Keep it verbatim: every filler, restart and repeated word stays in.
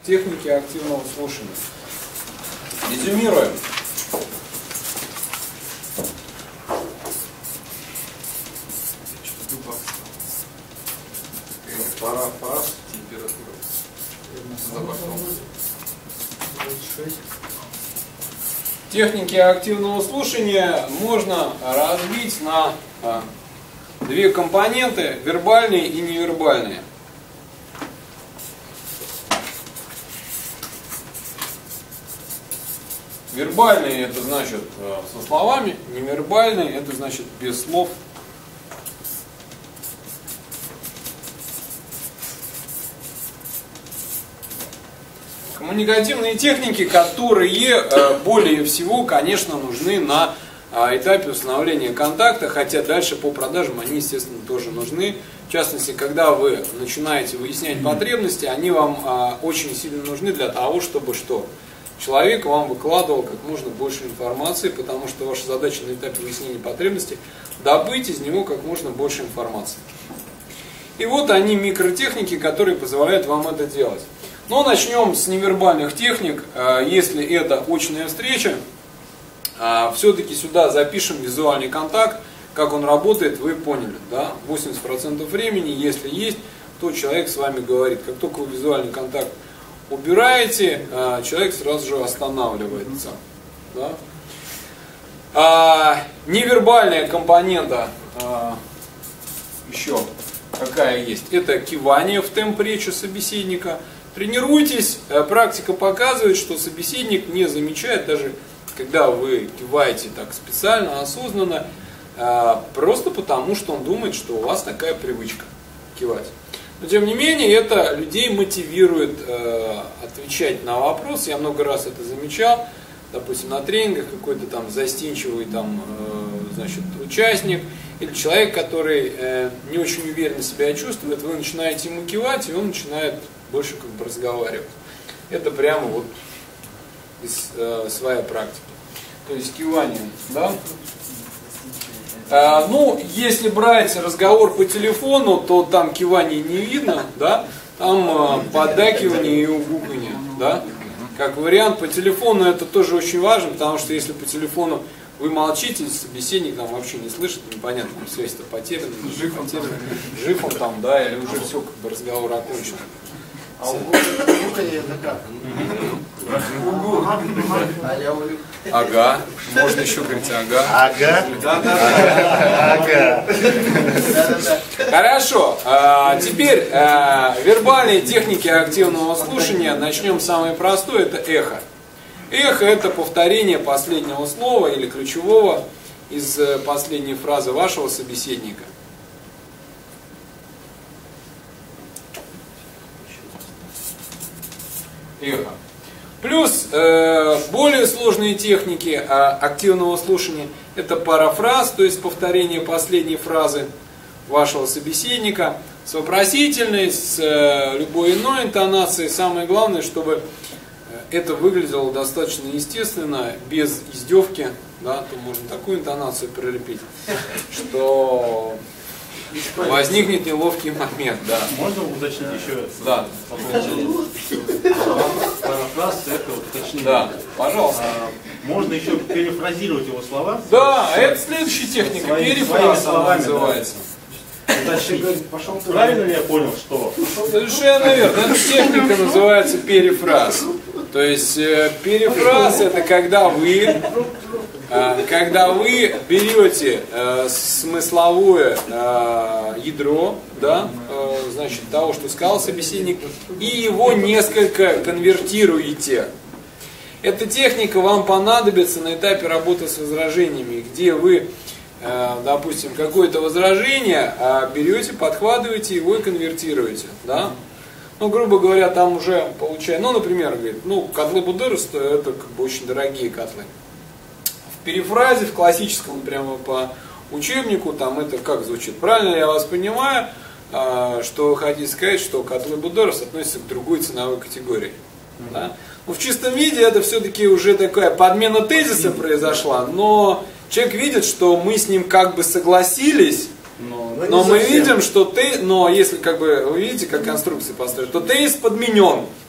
Техники активного слушания. Резюмируем. Пора, пора. Температура. Техники активного слушания можно разбить на а, две компоненты: вербальные и невербальные. Вербальные — это значит со словами, невербальные — это значит без слов. Коммуникативные техники, которые более всего, конечно, нужны на этапе установления контакта, хотя дальше по продажам они, естественно, тоже нужны. В частности, когда вы начинаете выяснять потребности, они вам очень сильно нужны для того, чтобы что? Человек вам выкладывал как можно больше информации, потому что ваша задача на этапе выяснения потребностей — добыть из него как можно больше информации. И вот они, микротехники, которые позволяют вам это делать. Но начнем с невербальных техник. Если это очная встреча, все-таки сюда запишем визуальный контакт. Как он работает, вы поняли. Да? восемьдесят процентов времени, если есть, то человек с вами говорит. Как только вы визуальный контакт убираете, человек сразу же останавливается. Да? А, невербальная компонента а, еще какая есть? Это кивание в темп речи собеседника. Тренируйтесь, практика показывает, что собеседник не замечает, даже когда вы киваете так специально, осознанно, просто потому, что он думает, что у вас такая привычка кивать. Но тем не менее, это людей мотивирует отвечать на вопросы. Я много раз это замечал, допустим, на тренингах какой-то там застенчивый там, значит, участник или человек, который не очень уверенно себя чувствует, вы начинаете ему кивать, и он начинает больше как бы разговаривать. Это прямо вот из э, своей практики. То есть кивание, да? А, ну, если брать разговор по телефону, то там кивание не видно, да? Там э, поддакивание и угуканье, да? Как вариант, по телефону это тоже очень важно, потому что если по телефону вы молчите, собеседник там вообще не слышит, непонятно, связь-то потеряна, жив, потеряна, жив он там, да, или уже все, как бы разговор окончен. А угуканье это как? Ага. Можно еще говорить ага. Ага. Ага. Хорошо. А, теперь а, вербальные техники активного слушания. Начнем с самой простой. Это эхо. Эхо — это повторение последнего слова или ключевого из последней фразы вашего собеседника. Эхо. Плюс э, более сложные техники э, активного слушания — это парафраз, то есть повторение последней фразы вашего собеседника с вопросительной, с э, любой иной интонацией. Самое главное, чтобы это выглядело достаточно естественно, без издевки, да, то можно такую интонацию прилепить, что возникнет неловкий момент, да. Можно уточнить еще? Да. Парафраз, это уточнение. Да, пожалуйста. А, можно еще перефразировать его слова? Да, это следующая техника. Своими- Перефраз своими она словами, называется. Уточнить. Правильно ли я понял, что? Совершенно верно. Эта техника называется перефраз. То есть э, перефраз — это когда вы, э, когда вы берете э, смысловое э, ядро, да, э, значит, того, что сказал собеседник, и его несколько конвертируете. Эта техника вам понадобится на этапе работы с возражениями, где вы, э, допустим, какое-то возражение э, берете, подхватываете его и конвертируете, да? Ну, грубо говоря, там уже получается, ну, например, говорит, ну, котлы Будерус, это как бы очень дорогие котлы. В перефразе, в классическом, прямо по учебнику, там это как звучит? Правильно ли я вас понимаю, что вы хотите сказать, что котлы Будерус относятся к другой ценовой категории? Mm-hmm. Да? Ну, в чистом виде это все-таки уже такая подмена тезиса произошла, но человек видит, что мы с ним как бы согласились. Но, но мы видим, что ты, но если как бы вы видите, как конструкция построена, то тезис подменен.